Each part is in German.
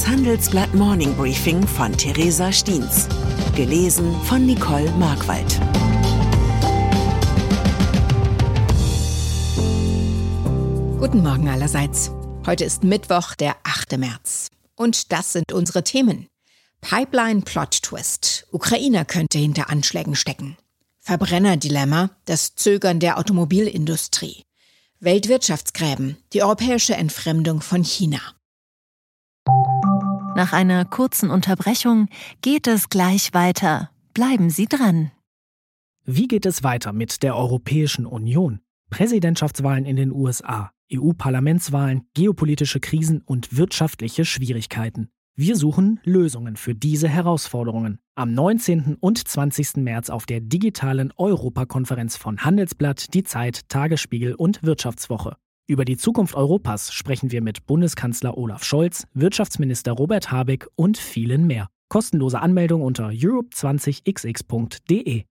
Das Handelsblatt Morning Briefing von Theresa Stiens. Gelesen von Nicole Markwald. Guten Morgen allerseits. Heute ist Mittwoch, der 8. März. Und das sind unsere Themen. Pipeline-Plot-Twist. Ukrainer könnte hinter Anschlägen stecken. Verbrennerdilemma. Das Zögern der Automobilindustrie. Weltwirtschaftsgräben. Die europäische Entfremdung von China. Nach einer kurzen Unterbrechung geht es gleich weiter. Bleiben Sie dran. Wie geht es weiter mit der Europäischen Union? Präsidentschaftswahlen in den USA, EU-Parlamentswahlen, geopolitische Krisen und wirtschaftliche Schwierigkeiten. Wir suchen Lösungen für diese Herausforderungen. Am 19. und 20. März auf der digitalen Europakonferenz von Handelsblatt, Die Zeit, Tagesspiegel und Wirtschaftswoche. Über die Zukunft Europas sprechen wir mit Bundeskanzler Olaf Scholz, Wirtschaftsminister Robert Habeck und vielen mehr. Kostenlose Anmeldung unter europe20xx.de.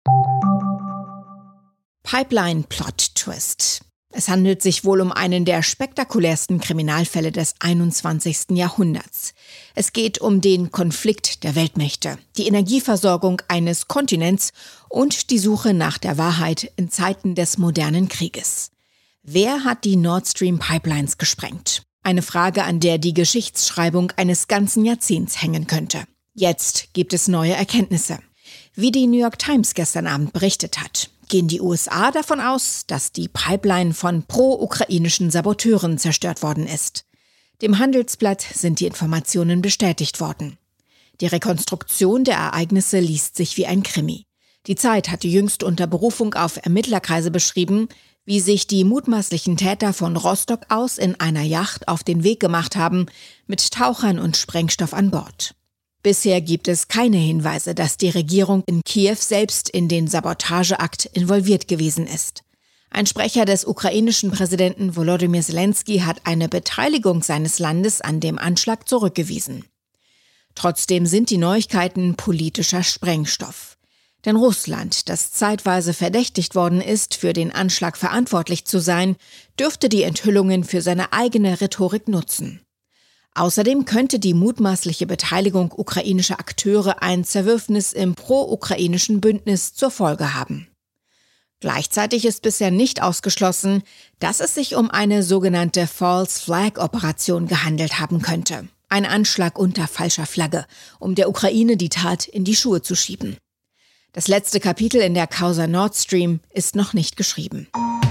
Pipeline-Plot-Twist. Es handelt sich wohl um einen der spektakulärsten Kriminalfälle des 21. Jahrhunderts. Es geht um den Konflikt der Weltmächte, die Energieversorgung eines Kontinents und die Suche nach der Wahrheit in Zeiten des modernen Krieges. Wer hat die Nord Stream Pipelines gesprengt? Eine Frage, an der die Geschichtsschreibung eines ganzen Jahrzehnts hängen könnte. Jetzt gibt es neue Erkenntnisse. Wie die New York Times gestern Abend berichtet hat, gehen die USA davon aus, dass die Pipeline von pro-ukrainischen Saboteuren zerstört worden ist. Dem Handelsblatt sind die Informationen bestätigt worden. Die Rekonstruktion der Ereignisse liest sich wie ein Krimi. Die Zeit hatte jüngst unter Berufung auf Ermittlerkreise beschrieben, wie sich die mutmaßlichen Täter von Rostock aus in einer Yacht auf den Weg gemacht haben, mit Tauchern und Sprengstoff an Bord. Bisher gibt es keine Hinweise, dass die Regierung in Kiew selbst in den Sabotageakt involviert gewesen ist. Ein Sprecher des ukrainischen Präsidenten Volodymyr Zelensky hat eine Beteiligung seines Landes an dem Anschlag zurückgewiesen. Trotzdem sind die Neuigkeiten politischer Sprengstoff. Denn Russland, das zeitweise verdächtigt worden ist, für den Anschlag verantwortlich zu sein, dürfte die Enthüllungen für seine eigene Rhetorik nutzen. Außerdem könnte die mutmaßliche Beteiligung ukrainischer Akteure ein Zerwürfnis im pro-ukrainischen Bündnis zur Folge haben. Gleichzeitig ist bisher nicht ausgeschlossen, dass es sich um eine sogenannte False Flag Operation gehandelt haben könnte. Ein Anschlag unter falscher Flagge, um der Ukraine die Tat in die Schuhe zu schieben. Das letzte Kapitel in der Causa Nord Stream ist noch nicht geschrieben.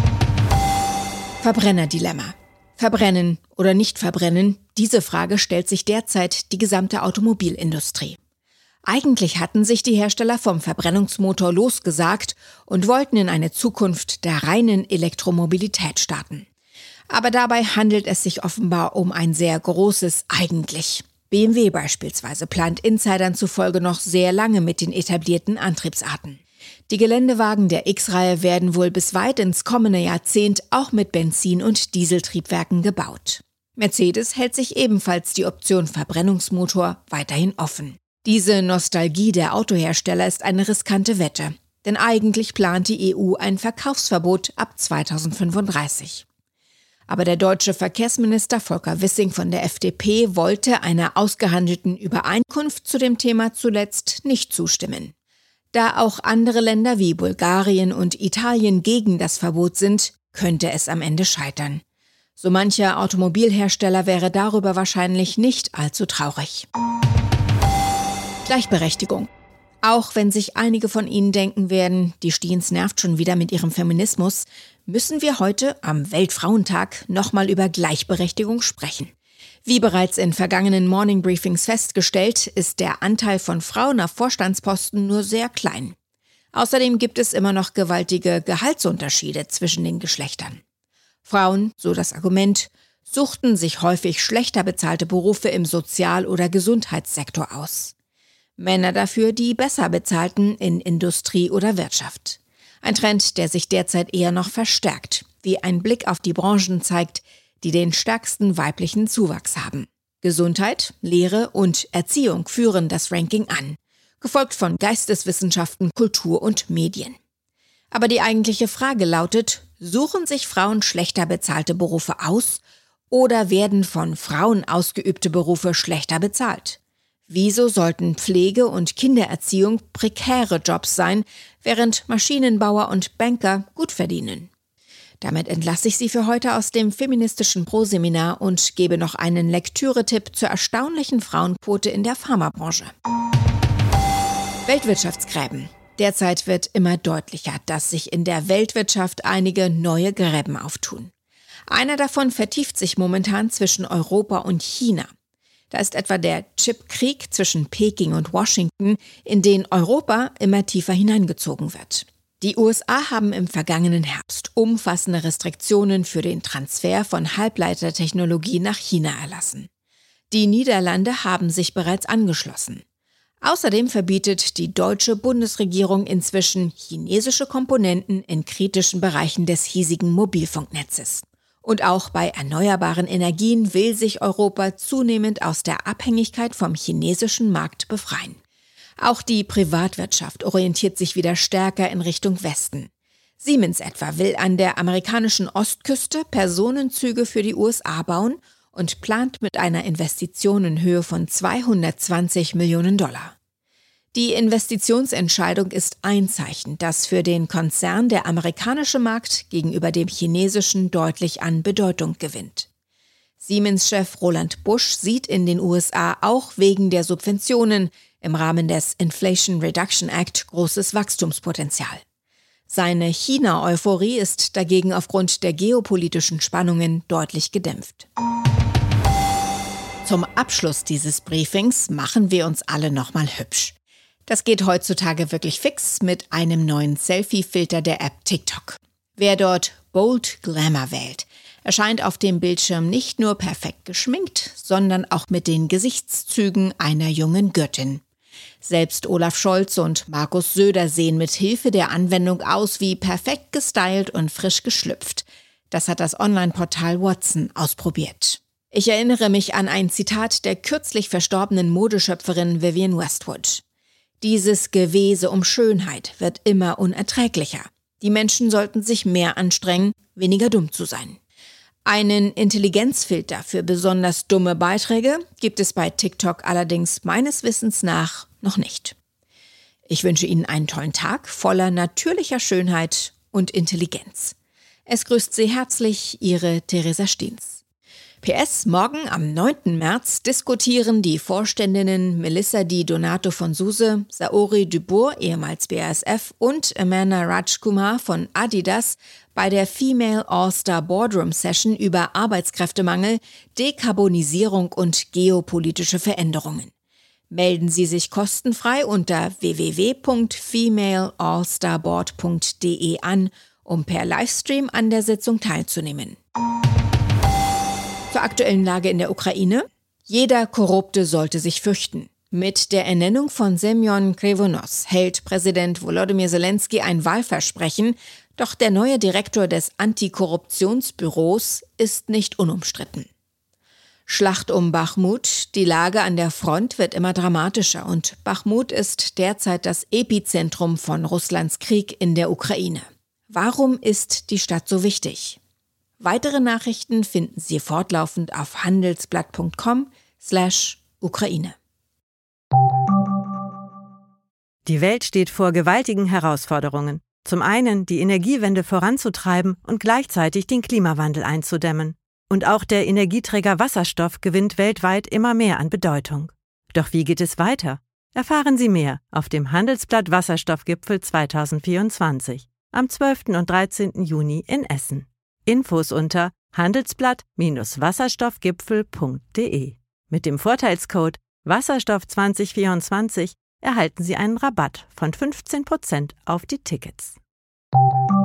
Verbrennerdilemma. Verbrennen oder nicht verbrennen? Diese Frage stellt sich derzeit die gesamte Automobilindustrie. Eigentlich hatten sich die Hersteller vom Verbrennungsmotor losgesagt und wollten in eine Zukunft der reinen Elektromobilität starten. Aber dabei handelt es sich offenbar um ein sehr großes Eigentlich. BMW beispielsweise plant Insidern zufolge noch sehr lange mit den etablierten Antriebsarten. Die Geländewagen der X-Reihe werden wohl bis weit ins kommende Jahrzehnt auch mit Benzin- und Dieseltriebwerken gebaut. Mercedes hält sich ebenfalls die Option Verbrennungsmotor weiterhin offen. Diese Nostalgie der Autohersteller ist eine riskante Wette, denn eigentlich plant die EU ein Verkaufsverbot ab 2035. Aber der deutsche Verkehrsminister Volker Wissing von der FDP wollte einer ausgehandelten Übereinkunft zu dem Thema zuletzt nicht zustimmen. Da auch andere Länder wie Bulgarien und Italien gegen das Verbot sind, könnte es am Ende scheitern. So mancher Automobilhersteller wäre darüber wahrscheinlich nicht allzu traurig. Gleichberechtigung. Auch wenn sich einige von Ihnen denken werden, die Stiens nervt schon wieder mit ihrem Feminismus, müssen wir heute am Weltfrauentag nochmal über Gleichberechtigung sprechen. Wie bereits in vergangenen Morning Briefings festgestellt, ist der Anteil von Frauen auf Vorstandsposten nur sehr klein. Außerdem gibt es immer noch gewaltige Gehaltsunterschiede zwischen den Geschlechtern. Frauen, so das Argument, suchten sich häufig schlechter bezahlte Berufe im Sozial- oder Gesundheitssektor aus. Männer dafür die besser bezahlten in Industrie oder Wirtschaft. Ein Trend, der sich derzeit eher noch verstärkt, wie ein Blick auf die Branchen zeigt, die den stärksten weiblichen Zuwachs haben. Gesundheit, Lehre und Erziehung führen das Ranking an, gefolgt von Geisteswissenschaften, Kultur und Medien. Aber die eigentliche Frage lautet, suchen sich Frauen schlechter bezahlte Berufe aus Oder werden von Frauen ausgeübte Berufe schlechter bezahlt? Wieso sollten Pflege und Kindererziehung prekäre Jobs sein, während Maschinenbauer und Banker gut verdienen? Damit entlasse ich Sie für heute aus dem feministischen Pro-Seminar und gebe noch einen Lektüretipp zur erstaunlichen Frauenquote in der Pharmabranche. Weltwirtschaftsgräben. Derzeit wird immer deutlicher, dass sich in der Weltwirtschaft einige neue Gräben auftun. Einer davon vertieft sich momentan zwischen Europa und China. Da ist etwa der Chipkrieg zwischen Peking und Washington, in den Europa immer tiefer hineingezogen wird. Die USA haben im vergangenen Herbst umfassende Restriktionen für den Transfer von Halbleitertechnologie nach China erlassen. Die Niederlande haben sich bereits angeschlossen. Außerdem verbietet die deutsche Bundesregierung inzwischen chinesische Komponenten in kritischen Bereichen des hiesigen Mobilfunknetzes. Und auch bei erneuerbaren Energien will sich Europa zunehmend aus der Abhängigkeit vom chinesischen Markt befreien. Auch die Privatwirtschaft orientiert sich wieder stärker in Richtung Westen. Siemens etwa will an der amerikanischen Ostküste Personenzüge für die USA bauen und plant mit einer Investition in Höhe von $220 Millionen. Die Investitionsentscheidung ist ein Zeichen, dass für den Konzern der amerikanische Markt gegenüber dem chinesischen deutlich an Bedeutung gewinnt. Siemens-Chef Roland Busch sieht in den USA auch wegen der Subventionen im Rahmen des Inflation Reduction Act großes Wachstumspotenzial. Seine China-Euphorie ist dagegen aufgrund der geopolitischen Spannungen deutlich gedämpft. Zum Abschluss dieses Briefings machen wir uns alle nochmal hübsch. Das geht heutzutage wirklich fix mit einem neuen Selfie-Filter der App TikTok. Wer dort Bold Glamour wählt, erscheint auf dem Bildschirm nicht nur perfekt geschminkt, sondern auch mit den Gesichtszügen einer jungen Göttin. Selbst Olaf Scholz und Markus Söder sehen mit Hilfe der Anwendung aus wie perfekt gestylt und frisch geschlüpft. Das hat das Online-Portal Watson ausprobiert. Ich erinnere mich an ein Zitat der kürzlich verstorbenen Modeschöpferin Vivienne Westwood. Dieses Gewese um Schönheit wird immer unerträglicher. Die Menschen sollten sich mehr anstrengen, weniger dumm zu sein. Einen Intelligenzfilter für besonders dumme Beiträge gibt es bei TikTok allerdings meines Wissens nach noch nicht. Ich wünsche Ihnen einen tollen Tag voller natürlicher Schönheit und Intelligenz. Es grüßt Sie herzlich, Ihre Theresa Stiens. PS, morgen am 9. März diskutieren die Vorständinnen Melissa Di Donato von SUSE, Saori Dubourg, ehemals BASF, und Amanda Rajkumar von Adidas bei der Female All-Star Boardroom Session über Arbeitskräftemangel, Dekarbonisierung und geopolitische Veränderungen. Melden Sie sich kostenfrei unter www.femaleallstarboard.de an, um per Livestream an der Sitzung teilzunehmen. Zur aktuellen Lage in der Ukraine. Jeder Korrupte sollte sich fürchten. Mit der Ernennung von Semyon Krivonos hält Präsident Volodymyr Zelensky ein Wahlversprechen, doch der neue Direktor des Antikorruptionsbüros ist nicht unumstritten. Schlacht um Bachmut. Die Lage an der Front wird immer dramatischer und Bachmut ist derzeit das Epizentrum von Russlands Krieg in der Ukraine. Warum ist die Stadt so wichtig? Weitere Nachrichten finden Sie fortlaufend auf handelsblatt.com/Ukraine. Die Welt steht vor gewaltigen Herausforderungen. Zum einen die Energiewende voranzutreiben und gleichzeitig den Klimawandel einzudämmen. Und auch der Energieträger Wasserstoff gewinnt weltweit immer mehr an Bedeutung. Doch wie geht es weiter? Erfahren Sie mehr auf dem Handelsblatt Wasserstoffgipfel 2024 am 12. und 13. Juni in Essen. Infos unter handelsblatt-wasserstoffgipfel.de. Mit dem Vorteilscode Wasserstoff2024 erhalten Sie einen Rabatt von 15% auf die Tickets.